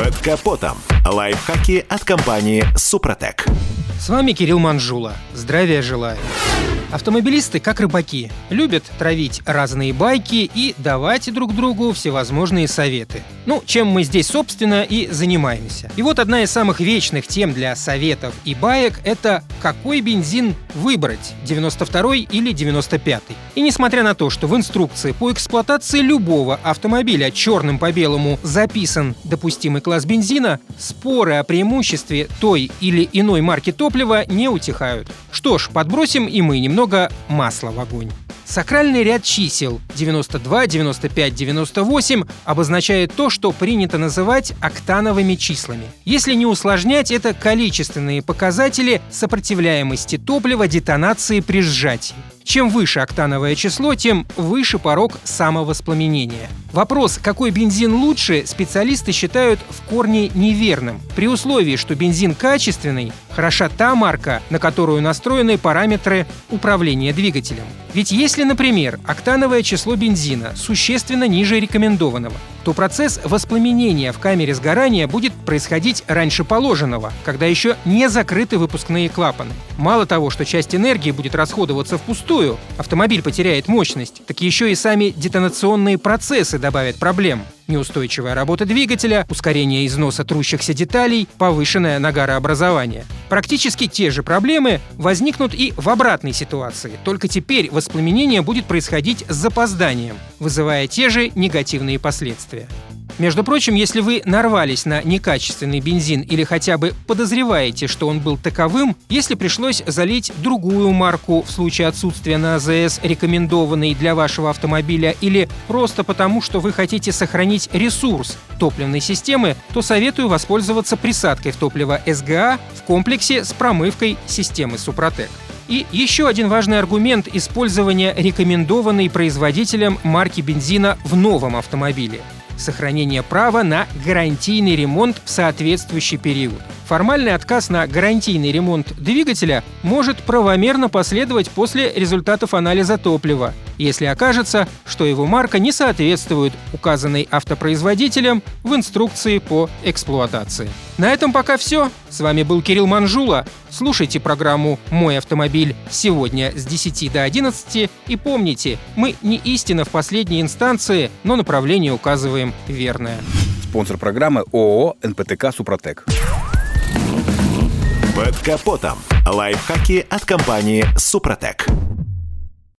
Под капотом. Лайфхаки от компании «Супротек». С вами Кирилл Манжула. Здравия желаю. Автомобилисты, как рыбаки, любят травить разные байки и давать друг другу всевозможные советы. Чем мы здесь, собственно, и занимаемся. И вот одна из самых вечных тем для советов и баек – это какой бензин выбрать, 92-й или 95-й. И несмотря на то, что в инструкции по эксплуатации любого автомобиля черным по белому записан допустимый класс бензина, споры о преимуществе той или иной марки топлива не утихают. Что ж, подбросим и мы немного масла в огонь. Сакральный ряд чисел 92, 95, 98 обозначает то, что принято называть октановыми числами. Если не усложнять, это количественные показатели сопротивляемости топлива детонации при сжатии. Чем выше октановое число, тем выше порог самовоспламенения. Вопрос, какой бензин лучше, специалисты считают в корне неверным. При условии, что бензин качественный, хороша та марка, на которую настроены параметры управления двигателем. Ведь если, например, октановое число бензина существенно ниже рекомендованного, то процесс воспламенения в камере сгорания будет происходить раньше положенного, когда еще не закрыты выпускные клапаны. Мало того, что часть энергии будет расходоваться впустую, автомобиль потеряет мощность, так еще и сами детонационные процессы добавят проблем. Неустойчивая работа двигателя, ускорение износа трущихся деталей, повышенное нагарообразование. Практически те же проблемы возникнут и в обратной ситуации, только теперь воспламенение будет происходить с запозданием, вызывая те же негативные последствия. Между прочим, если вы нарвались на некачественный бензин или хотя бы подозреваете, что он был таковым, если пришлось залить другую марку в случае отсутствия на АЗС рекомендованной для вашего автомобиля или просто потому, что вы хотите сохранить ресурс топливной системы, то советую воспользоваться присадкой в топливо СГА в комплексе с промывкой системы Супротек. И еще один важный аргумент использования рекомендованной производителем марки бензина в новом автомобиле – сохранение права на гарантийный ремонт в соответствующий период. Формальный отказ на гарантийный ремонт двигателя может правомерно последовать после результатов анализа топлива, если окажется, что его марка не соответствует указанной автопроизводителем в инструкции по эксплуатации. На этом пока все. С вами был Кирилл Манжула. Слушайте программу «Мой автомобиль» сегодня с 10 до 11. И помните, мы не истина в последней инстанции, но направление указываем верное. Спонсор программы ООО «НПТК Супротек». Под капотом. Лайфхаки от компании «Супротек».